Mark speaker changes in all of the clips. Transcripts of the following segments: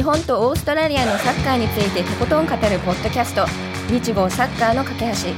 Speaker 1: 本とオーストラリアのサッカーについてとことん語るポッドキャスト、日豪サッカーの架け橋、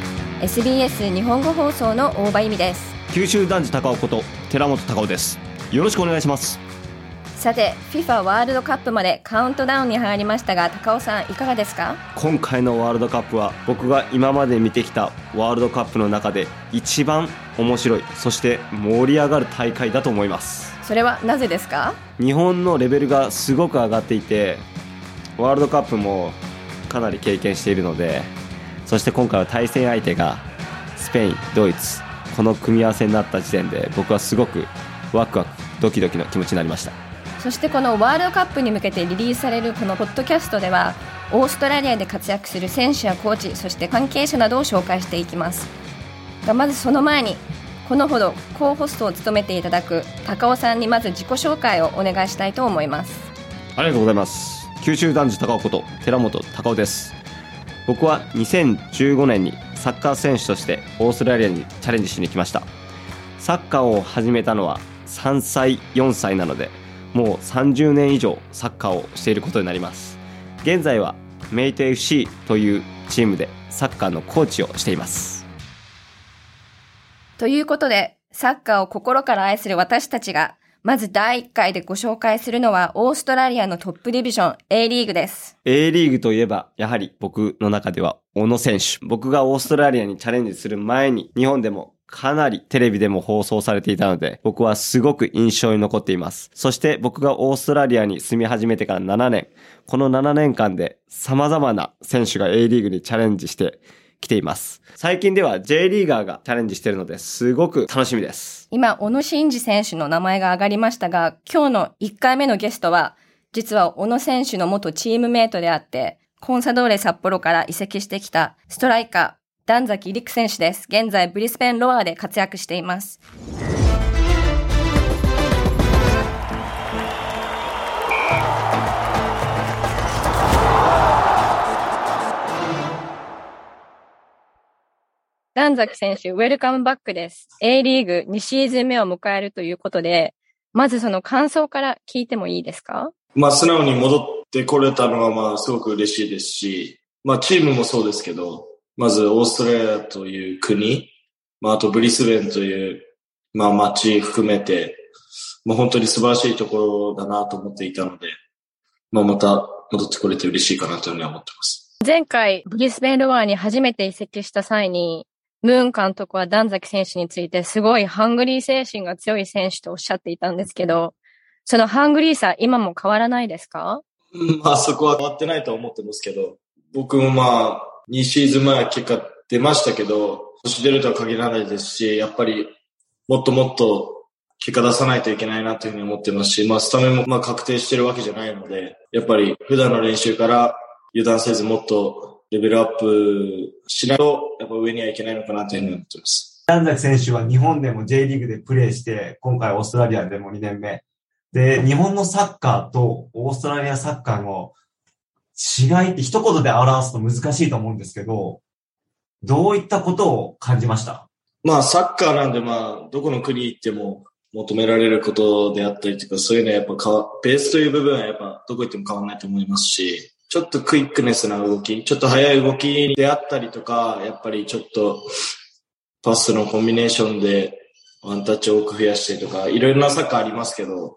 Speaker 1: SBS 日本語放送の大場由美です。
Speaker 2: 九州男児高尾こと寺本高尾です。よろしくお願いします。
Speaker 1: さて FIFA ワールドカップまでカウントダウンに入りましたが、高尾さんいかがですか？
Speaker 2: 今回のワールドカップは僕が今まで見てきたワールドカップの中で一番面白い、そして盛り上がる大会だと思います。
Speaker 1: それはなぜですか？
Speaker 2: 日本のレベルがすごく上がっていて、ワールドカップもかなり経験しているので、そして今回は対戦相手がスペイン、ドイツ、この組み合わせになった時点で僕はすごくワクワクドキドキの気持ちになりました。
Speaker 1: そしてこのワールドカップに向けてリリースされるこのポッドキャストでは、オーストラリアで活躍する選手やコーチ、そして関係者などを紹介していきますが、まずその前にこのほどコーホストを務めていただく高尾さんにまず自己紹介をお願いしたいと思います。
Speaker 2: ありがとうございます。九州男児高尾こと寺本高尾です。僕は2015年にサッカー選手としてオーストラリアにチャレンジしに来ました。サッカーを始めたのは3歳4歳なので、もう30年以上サッカーをしていることになります。現在はメイト FC というチームでサッカーのコーチをしています。
Speaker 1: ということで、サッカーを心から愛する私たちがまず第1回でご紹介するのはオーストラリアのトップディビジョン A リーグです。
Speaker 2: A リーグといえばやはり僕の中では小野選手。僕がオーストラリアにチャレンジする前に日本でもかなりテレビでも放送されていたので、僕はすごく印象に残っています。そして僕がオーストラリアに住み始めてから7年、この7年間で様々な選手が A リーグにチャレンジしてきています。最近では J リーガーがチャレンジしているので、すごく楽しみです。
Speaker 1: 今小野伸二選手の名前が挙がりましたが、今日の1回目のゲストは実は小野選手の元チームメイトであって、コンサドーレ札幌から移籍してきたストライカー段崎陸選手です。現在ブリスベンロアで活躍しています。段崎選手、ウェルカムバックです。A リーグ2シーズン目を迎えるということで、まずその感想から聞いてもいいですか？
Speaker 3: 素直に戻ってこれたのはすごく嬉しいですし、チームもそうですけど、まずオーストラリアという国、あとブリスベンという、街含めて、本当に素晴らしいところだなと思っていたので、また戻ってこれて嬉しいかなというふうに思ってます。
Speaker 1: 前回ブリスベンロアに初めて移籍した際に、ムーン監督は段崎選手についてすごいハングリー精神が強い選手とおっしゃっていたんですけど、そのハングリーさ今も変わらないですか？
Speaker 3: そこは変わってないとは思ってますけど、僕も2シーズン前は結果出ましたけど、年出るとは限らないですし、やっぱりもっともっと結果出さないといけないなというふうに思ってますし、スタメンも確定してるわけじゃないので、やっぱり普段の練習から油断せずもっとレベルアップしないと、やっぱ上にはいけないのかなというふうに思ってます。
Speaker 4: 段崎選手は日本でも J リーグでプレーして、今回オーストラリアでも2年目。で、日本のサッカーとオーストラリアサッカーの違いって一言で表すと難しいと思うんですけど、どういったことを感じました？
Speaker 3: サッカーなんでどこの国行っても求められることであったりとか、そういうのはやっぱベースという部分はやっぱどこ行っても変わらないと思いますし、ちょっとクイックネスな動き、ちょっと速い動きであったりとか、やっぱりちょっとパスのコンビネーションでワンタッチを多く増やしてとか、いろいろなサッカーありますけど、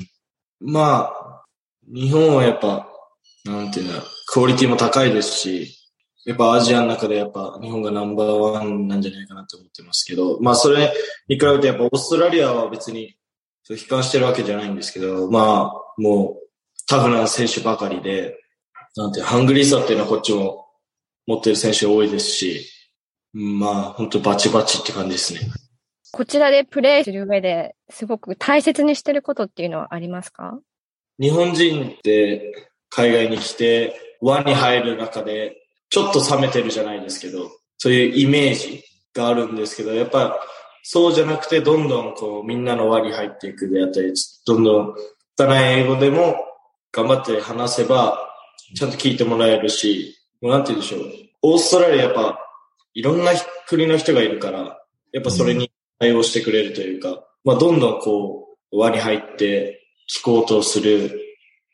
Speaker 3: 日本はやっぱ、クオリティも高いですし、やっぱアジアの中でやっぱ日本がナンバーワンなんじゃないかなと思ってますけど、それに比べてやっぱオーストラリアは別に悲観してるわけじゃないんですけど、もうタフな選手ばかりで、ハングリーさっていうのはこっちも持ってる選手が多いですし、本当バチバチって感じですね。
Speaker 1: こちらでプレーする上ですごく大切にしてることっていうのはありますか？
Speaker 3: 日本人って海外に来て輪に入る中でちょっと冷めてるじゃないですけど、そういうイメージがあるんですけど、やっぱそうじゃなくてどんどんみんなの輪に入っていくであったり、どんどん拙い英語でも頑張って話せばちゃんと聞いてもらえるし、なんて言うんでしょう。オーストラリアやっぱいろんな国の人がいるから、やっぱそれに対応してくれるというか、どんどん輪に入って聞こうとする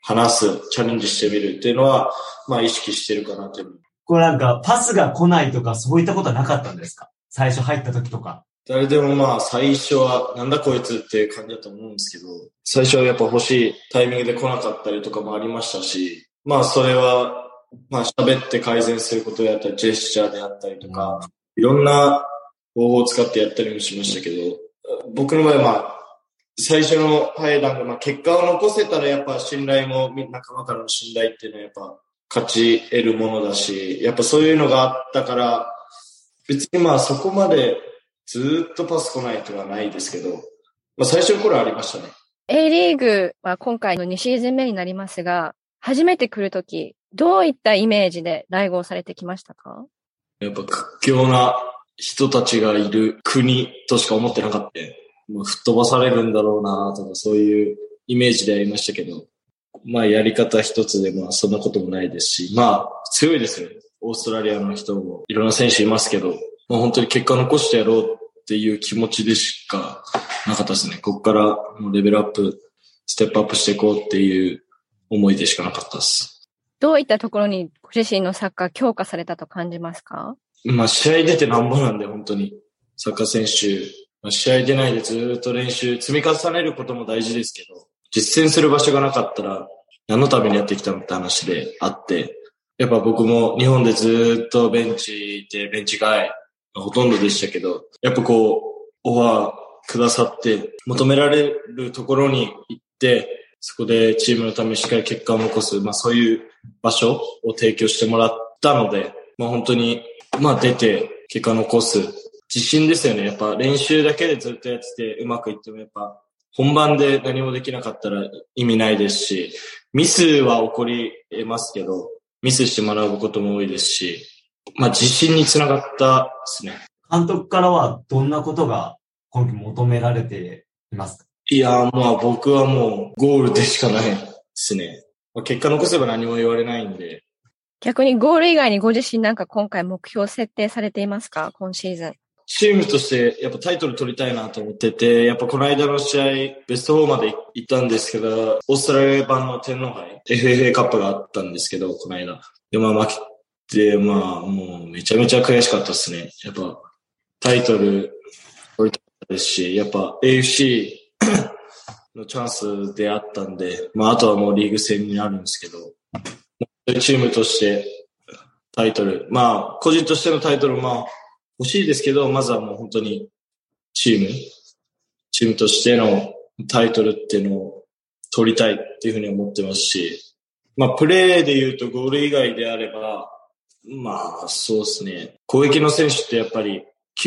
Speaker 3: 話す、チャレンジしてみるっていうのは、まあ意識してるかなという。
Speaker 4: これなんか、パスが来ないとか、そういったことはなかったんですか？最初入った時とか。
Speaker 3: 誰でもまあ最初はなんだこいつっていう感じだと思うんですけど、最初はやっぱ欲しいタイミングで来なかったりとかもありましたし、まあそれは、まあ喋って改善することであったり、ジェスチャーであったりとか、いろんな方法を使ってやったりもしましたけど、僕の場合はまあ、最初の入らんが、まあ結果を残せたらやっぱ信頼も、仲間からの信頼っていうのはやっぱ勝ち得るものだし、やっぱそういうのがあったから、別にまあそこまでずっとパス来ないとはないですけど、まあ最初の頃はありましたね。
Speaker 1: A リーグは今回の2シーズン目になりますが、初めて来るとき、どういったイメージで来合されてきましたか？
Speaker 3: やっぱ屈強な人たちがいる国としか思ってなかった。もう吹っ飛ばされるんだろうなとかそういうイメージでありましたけど、まあやり方一つでまあそんなこともないですし、まあ強いですよ。オーストラリアの人もいろんな選手いますけど、まあ本当に結果残してやろうっていう気持ちでしかなかったですね。ここからもうレベルアップ、ステップアップしていこうっていう思いでしかなかったです。
Speaker 1: どういったところにご自身のサッカー強化されたと感じますか？
Speaker 3: まあ試合出てなんぼなんで本当にサッカー選手、まあ、試合出ないでずっと練習積み重ねることも大事ですけど、実践する場所がなかったら何のためにやってきたのって話であって、やっぱ僕も日本でずっとベンチでベンチ外ほとんどでしたけど、やっぱこうオファーくださって求められるところに行って、そこでチームのためにしっかり結果を残す、まあそういう場所を提供してもらったので、まあ本当にまあ出て結果を残す自信ですよね。やっぱ練習だけでずっとやっててうまくいってもやっぱ本番で何もできなかったら意味ないですし、ミスは起こり得ますけど、ミスして学ぶことも多いですし、まあ自信につながったですね。
Speaker 4: 監督からはどんなことが今季求められていますか？
Speaker 3: いや、まあ僕はもうゴールでしかないですね。まあ、結果残せば何も言われないんで。
Speaker 1: 逆にゴール以外にご自身なんか今回目標設定されていますか？今シーズン。
Speaker 3: チームとしてやっぱタイトル取りたいなと思ってて、やっぱこの間の試合ベスト4まで行ったんですけど、オーストラリア版の天皇杯 FFA カップがあったんですけど、この間。で、まあ負けて、まあもうめちゃめちゃ悔しかったですね。やっぱタイトル取りたかったですし、やっぱ AFC のチャンスであったんで、まああとはもうリーグ戦になるんですけど、チームとしてタイトル、まあ個人としてのタイトルまあ欲しいですけど、まずはもう本当にチームとしてのタイトルっていうのを取りたいっていうふうに思ってますし、まあプレーで言うとゴール以外であれば、まあそうですね。攻撃の選手ってやっぱり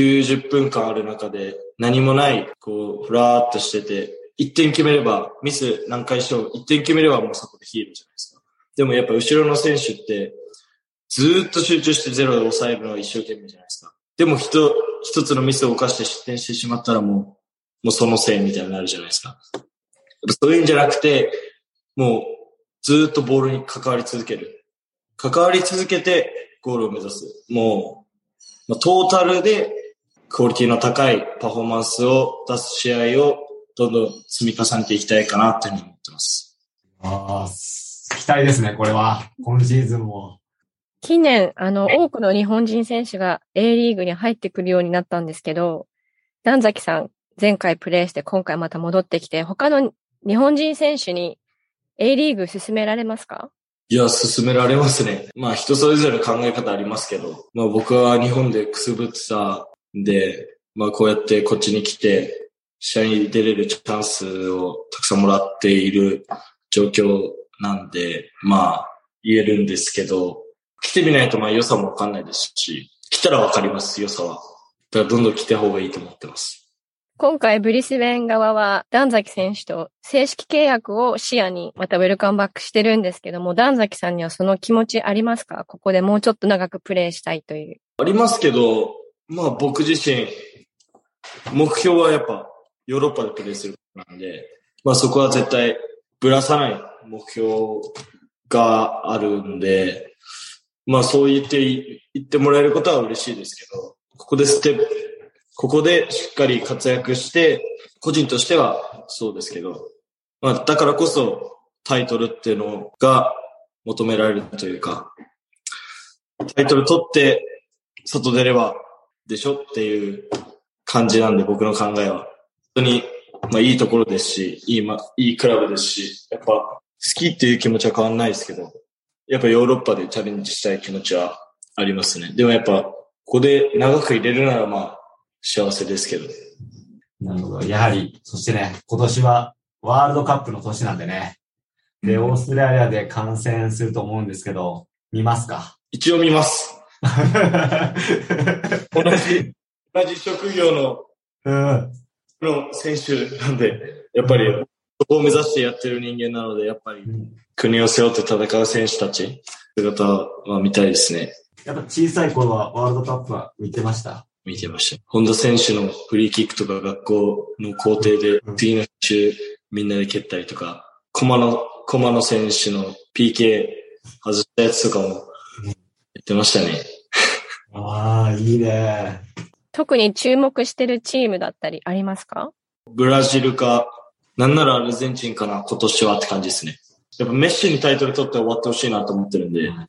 Speaker 3: 90分間ある中で何もない、こうふらーっとしてて、1点決めれば、ミス何回しよう、1点決めればもうそこでヒーローじゃないですか。でもやっぱ後ろの選手ってずーっと集中してゼロで抑えるのは一生懸命じゃないですか。でも一つのミスを犯して失点してしまったらもうそのせいみたいになるじゃないですか。そういうんじゃなくて、もうずーっとボールに関わり続ける。関わり続けてゴールを目指す。もう、トータルでクオリティの高いパフォーマンスを出す試合をどんどん積み重ねていきたいかなというふうに思ってます。
Speaker 4: ああ、期待ですね、これは。今シーズンも。
Speaker 1: 近年、多くの日本人選手が A リーグに入ってくるようになったんですけど、段崎さん、前回プレーして今回また戻ってきて、他の日本人選手に A リーグ進められますか？
Speaker 3: いや、進められますね。まあ人それぞれ考え方ありますけど、まあ僕は日本でくすぶってたんで、まあこうやってこっちに来て、試合に出れるチャンスをたくさんもらっている状況なんで、まあ言えるんですけど、来てみないとまあ良さもわかんないですし、来たらわかります、良さは。だからどんどん来た方がいいと思ってます。
Speaker 1: 今回ブリスベン側は段崎選手と正式契約を視野にまたウェルカムバックしてるんですけども、段崎さんにはその気持ちありますか？ここでもうちょっと長くプレーしたいという。
Speaker 3: ありますけど、まあ僕自身、目標はやっぱヨーロッパでプレーすることなんで、まあそこは絶対ぶらさない目標があるんで、まあそう言ってもらえることは嬉しいですけど、ここでしっかり活躍して、個人としてはそうですけど、まあだからこそタイトルっていうのが求められるというか、タイトル取って外出ればでしょっていう感じなんで、僕の考えは。本当に、いいところですし、いいクラブですし、やっぱ好きっていう気持ちは変わんないですけど、やっぱヨーロッパでチャレンジしたい気持ちはありますね。でもやっぱ、ここで長く入れるなら幸せですけど。
Speaker 4: なるほど。やはり、そしてね、今年はワールドカップの年なんでね。で、オーストラリアで観戦すると思うんですけど、見ますか？
Speaker 3: 一応見ます。同じ職業の選手なんで、やっぱりそこを目指してやってる人間なので、やっぱり国を背負って戦う選手たち姿は見たいですね。
Speaker 4: やっぱ小さい頃はワールドカップは見てました？
Speaker 3: 見てました。本田選手のフリーキックとか学校の校庭で次の週みんなで蹴ったりとか、駒野選手の PK 外したやつとかもやってましたね。
Speaker 4: ああ、いいね。
Speaker 1: 特に注目してるチームだったりありますか？
Speaker 3: ブラジルか、なんならアルゼンチンかな、今年はって感じですね。やっぱメッシにタイトル取って終わってほしいなと思ってるんで。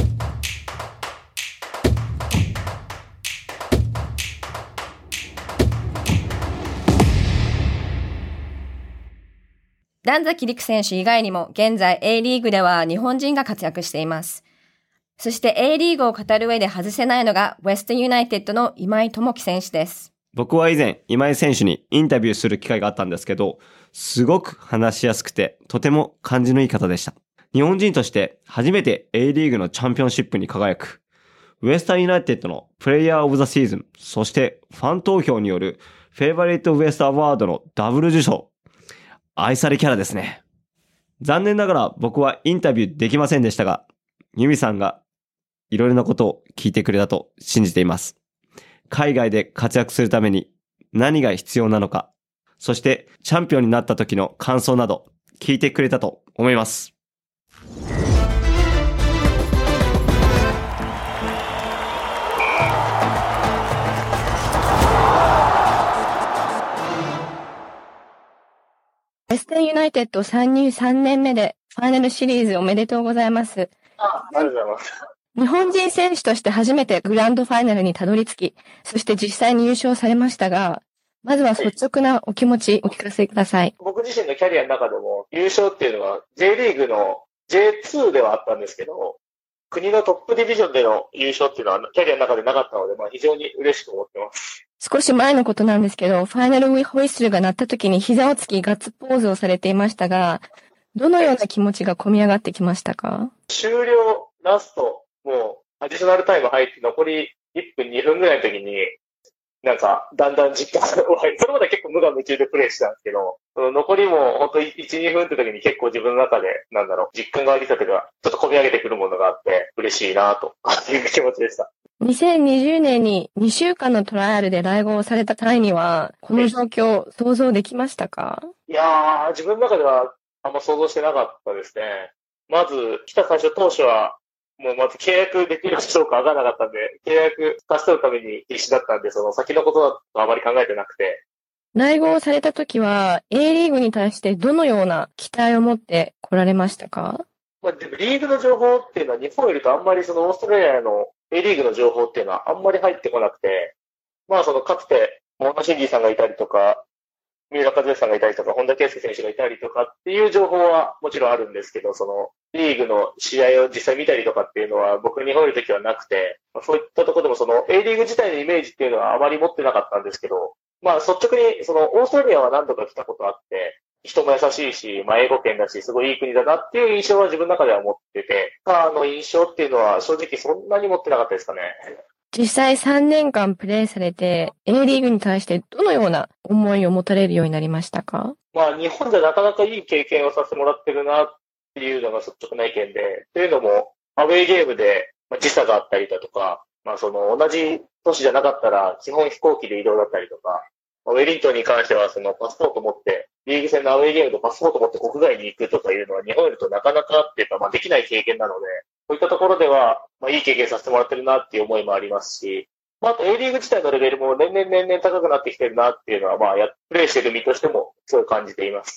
Speaker 1: 段崎陸選手以外にも現在 A リーグでは日本人が活躍しています。そして A リーグを語る上で外せないのがウェストユナイテッドの今井智樹選手です。
Speaker 2: 僕は以前今井選手にインタビューする機会があったんですけど、すごく話しやすくてとても感じのいい方でした。日本人として初めて A リーグのチャンピオンシップに輝くウェスタンユナイテッドのプレイヤーオブザシーズン、そしてファン投票によるフェイバリットウエストアワードのダブル受賞。愛されキャラですね。残念ながら僕はインタビューできませんでしたが、ユミさんがいろいろなことを聞いてくれたと信じています。海外で活躍するために何が必要なのか、そしてチャンピオンになった時の感想など聞いてくれたと思います。
Speaker 1: ウェスタンユナイテッド参入3年目でファイナルシリーズおめでとうございます。
Speaker 5: ありがとうございます。
Speaker 1: 日本人選手として初めてグランドファイナルにたどり着き、そして実際に優勝されましたが、まずは率直なお気持ちお聞かせください。
Speaker 5: 僕自身のキャリアの中でも優勝っていうのは J リーグの J2 ではあったんですけど、国のトップディビジョンでの優勝っていうのはキャリアの中でなかったので、非常に嬉しく思ってます。
Speaker 1: 少し前のことなんですけど、ファイナルホイッスルが鳴った時に膝をつきガッツポーズをされていましたが、どのような気持ちが込み上がってきましたか？
Speaker 5: 終了、ラスト、もうアディショナルタイム入って残り1分2分ぐらいの時に、だんだん実感が湧いて、それまで結構無我夢中でプレイしてたんですけど、残りも本当1、2分って時に結構自分の中で、実感が湧いてたというか、ちょっと込み上げてくるものがあって、嬉しいなという気持ちでした。
Speaker 1: 2020年に2週間のトライアルで来合された際には、この状況想像できましたか？
Speaker 5: いやー、自分の中ではあんま想像してなかったですね。まず、来た最初当初は、もうまず契約できるかどうかわからなかったんで、契約勝ち取るために必死だったんで、その先のことだとあまり考えてなくて。
Speaker 1: 来合された時は、A リーグに対してどのような期待を持って来られましたか？
Speaker 5: でもリーグの情報っていうのは日本よりとあんまりそのオーストラリアの A リーグの情報っていうのはあんまり入ってこなくて、かつて、モーナ・シンジーさんがいたりとか、三浦和義さんがいたりとか、本田圭佑選手がいたりとかっていう情報はもちろんあるんですけど、そのリーグの試合を実際見たりとかっていうのは僕日本いるときはなくて、そういったところでもその A リーグ自体のイメージっていうのはあまり持ってなかったんですけど、率直にそのオーストラリアは何度か来たことあって、人も優しいし、英語圏だし、すごいいい国だなっていう印象は自分の中では持ってて、印象っていうのは正直そんなに持ってなかったですかね。
Speaker 1: 実際3年間プレーされて、A リーグに対してどのような思いを持たれるようになりましたか？
Speaker 5: 日本でなかなかいい経験をさせてもらってるなっていうのが率直な意見で、というのも、アウェイゲームで時差があったりだとか、同じ都市じゃなかったら基本飛行機で移動だったりとか、ウェリントンに関してはそのパスポート持って、リーグ戦のアウェイゲームとパスポート持って国外に行くとかいうのは日本よりとなかなかっていうか、できない経験なので、こういったところでは、いい経験させてもらってるなっていう思いもありますし、あと A リーグ自体のレベルも年々高くなってきてるなっていうのは、プレイしてる身としてもそう感じています。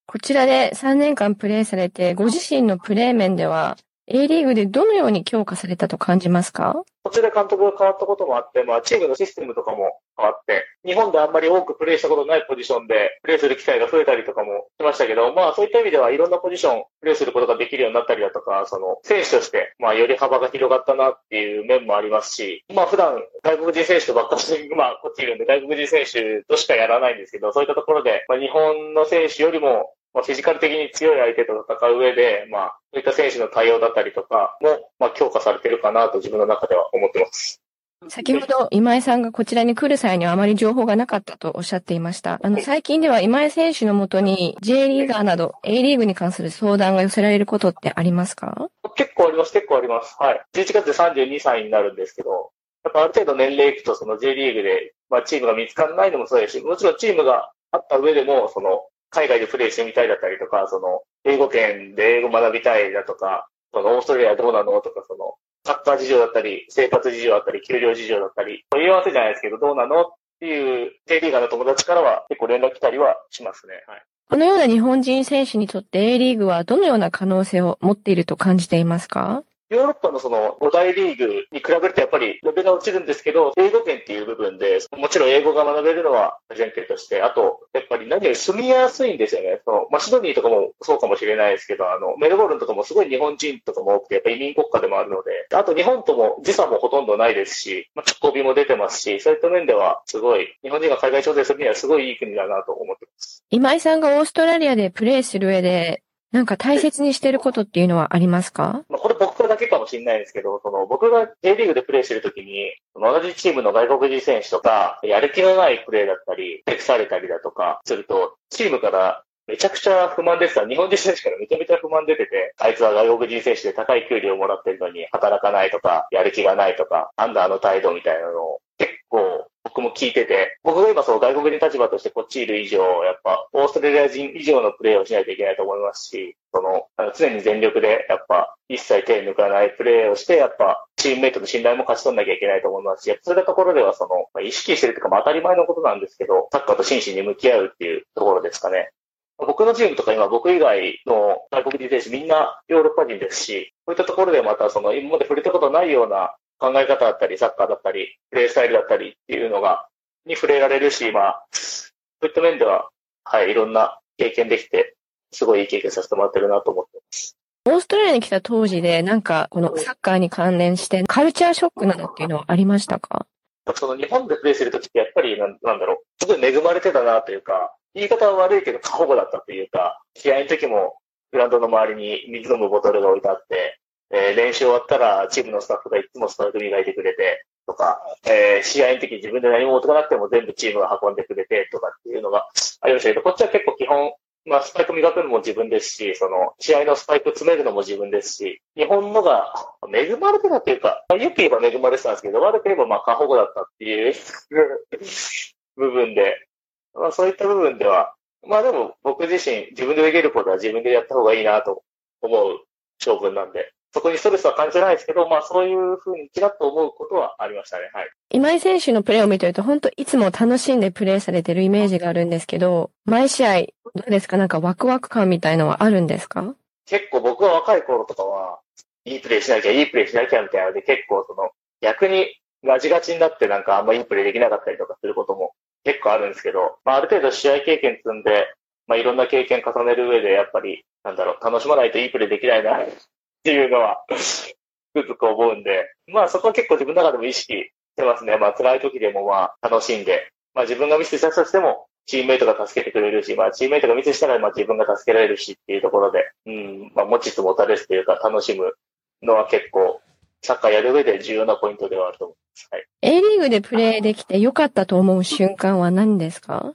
Speaker 1: こちらで3年間プレーされて、ご自身のプレー面では、A リーグでどのように強化されたと感じますか？
Speaker 5: 途中で監督が変わったこともあって、チームのシステムとかも変わって、日本であんまり多くプレーしたことないポジションでプレーする機会が増えたりとかもしましたけど、そういった意味ではいろんなポジションプレーすることができるようになったりだとか、選手として、より幅が広がったなっていう面もありますし、普段外国人選手とばっかり、こっちいるんで外国人選手としかやらないんですけど、そういったところで、日本の選手よりもフィジカル的に強い相手と戦う上で、そういった選手の対応だったりとかも、強化されてるかなと自分の中では思ってます。
Speaker 1: 先ほど今井さんがこちらに来る際にはあまり情報がなかったとおっしゃっていました。最近では今井選手のもとに J リーガーなど A リーグに関する相談が寄せられることってありますか？
Speaker 5: 結構あります。はい。11月で32歳になるんですけど、やっぱある程度年齢いくとJ リーグで、チームが見つからないのもそうですし、もちろんチームがあった上でも、海外でプレーしてみたいだったりとか、英語圏で英語学びたいだとか、オーストラリアどうなのとか、サッカー事情だったり、生活事情だったり、給料事情だったり、問い合わせじゃないですけど、どうなのっていう J リーガーの友達からは結構連絡来たりはしますね。はい。
Speaker 1: このような日本人選手にとって A リーグはどのような可能性を持っていると感じていますか？
Speaker 5: ヨーロッパの5大リーグに比べるとやっぱりレベルが落ちるんですけど、英語圏っていう部分で、もちろん英語が学べるのは前提として、あと、やっぱり何より住みやすいんですよね。シドニーとかもそうかもしれないですけど、メルボルンとかもすごい日本人とかも多くて、やっぱ移民国家でもあるので、あと日本とも時差もほとんどないですし、直行便も出てますし、そういった面ではすごい、日本人が海外挑戦するにはすごいいい国だなと思ってます。
Speaker 1: 今井さんがオーストラリアでプレーする上で、なんか大切にしていることっていうのはありますか？
Speaker 5: これ僕だけかもしれないんですけど、僕が J リーグでプレーしてるときに、同じチームの外国人選手とか、やる気のないプレーだったり、テクされたりだとかすると、チームからめちゃくちゃ不満ですから、日本人選手からめちゃめちゃ不満出てて、あいつは外国人選手で高い給料をもらってるのに働かないとか、やる気がないとか、なんだあの態度みたいなのを結構僕も聞いてて、僕が今外国人立場としてこっちいる以上、やっぱオーストラリア人以上のプレーをしないといけないと思いますし、常に全力でやっぱ一切手抜かないプレーをして、やっぱチームメイトの信頼も勝ち取んなきゃいけないと思いますし、そういったところでは意識してるというか当たり前のことなんですけど、サッカーと真摯に向き合うっていうところですかね。僕のチームとか今僕以外の外国人選手みんなヨーロッパ人ですし、こういったところでまた今まで触れたことないような考え方だったり、サッカーだったり、プレースタイルだったりっていうのに触れられるし、そういった面では、はい、いろんな経験できて、すごいいい経験させてもらってるなと思ってます。
Speaker 1: オーストラリアに来た当時で、なんかこのサッカーに関連してカルチャーショックなどっていうのはありましたか？
Speaker 5: 日本でプレーするときってやっぱりすごい恵まれてたなというか、言い方は悪いけど過保護だったというか、試合の時もグラウンドの周りに水飲むボトルが置いてあって、練習終わったらチームのスタッフがいつもスパイク磨いてくれてとか、試合の時自分で何も持ってかなくても全部チームが運んでくれてとかっていうのがありましたけど、こっちは結構基本、スパイク磨くのも自分ですし、試合のスパイク詰めるのも自分ですし、日本のが恵まれてたというか、よく言えば恵まれてたんですけど、悪く言えば過保護だったっていう部分で、そういった部分では、でも僕自身自分でできることは自分でやった方がいいなと思う性分なんで、そこにストレスは感じないですけど、そういうふうにちらっと思うことはありましたね。はい。
Speaker 1: 今井選手のプレーを見てると、本当いつも楽しんでプレーされてるイメージがあるんですけど、毎試合、どうですか？なんかワクワク感みたいのはあるんですか？
Speaker 5: 結構僕が若い頃とかは、いいプレーしなきゃみたいなので、結構逆にガチガチになってあんまいいプレーできなかったりとかすることも結構あるんですけど、ある程度試合経験積んで、いろんな経験重ねる上で、やっぱり、楽しまないといいプレーできないな、っていうのは、つくづく思うんで、そこは結構自分の中でも意識してますね。辛い時でも楽しんで、自分がミスしたとしても、チームメイトが助けてくれるし、チームメイトがミスしたら自分が助けられるしっていうところで、持ちつ持たれつというか楽しむのは結構、サッカーやる上で重要なポイントではあると思います。はい。
Speaker 1: A リーグでプレーできて良かったと思う瞬間は何ですか？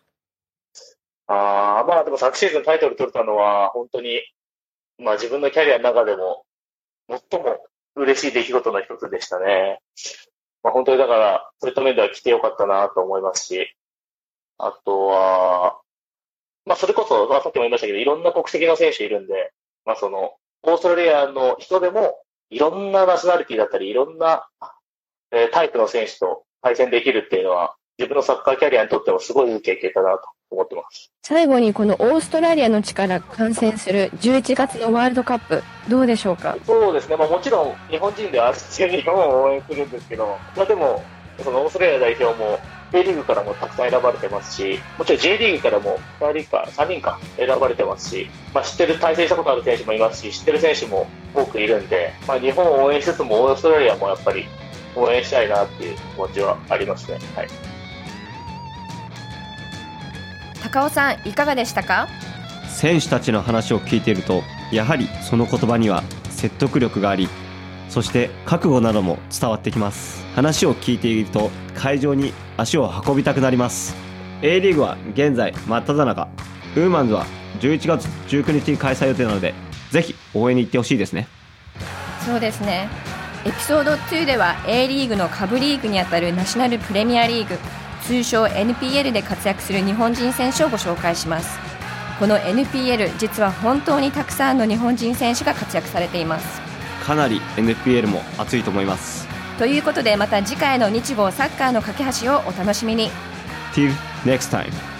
Speaker 5: でも昨シーズンタイトル取れたのは、本当に、自分のキャリアの中でも、最も嬉しい出来事の一つでしたね。本当にだから、そういった面では来てよかったなと思いますし、あとは、それこそ、さっきも言いましたけど、いろんな国籍の選手いるんで、オーストラリアの人でも、いろんなナショナリティだったり、いろんな、タイプの選手と対戦できるっていうのは、自分のサッカーキャリアにとってもすごいいい経験だなと思ってます。
Speaker 1: 最後にこのオーストラリアの力観戦する11月のワールドカップ、どうでしょうか？
Speaker 5: そうですね、もちろん日本人では日本を応援するんですけど、でも、そのオーストラリア代表も A リーグからもたくさん選ばれてますし、もちろん J リーグからも2人か3人か選ばれてますし、対戦したことある選手もいますし、知ってる選手も多くいるんで、日本を応援しつつもオーストラリアもやっぱり応援したいなっていう気持ちはありますね。はい。
Speaker 1: 高尾さん、いかがでしたか？
Speaker 2: 選手たちの話を聞いていると、やはりその言葉には説得力があり、そして覚悟なども伝わってきます。話を聞いていると会場に足を運びたくなります。 A リーグは現在真っ只中、ウーマンズは11月19日に開催予定なので、ぜひ応援に行ってほしいですね。
Speaker 1: そうですね。エピソード2では A リーグの下部リーグにあたるナショナルプレミアリーグ、通称 NPL で活躍する日本人選手をご紹介します。この NPL、 実は本当にたくさんの日本人選手が活躍されています。
Speaker 2: かなり NPL も熱いと思います。
Speaker 1: ということで、また次回の日豪サッカーの架け橋をお楽しみに。
Speaker 2: Till next time.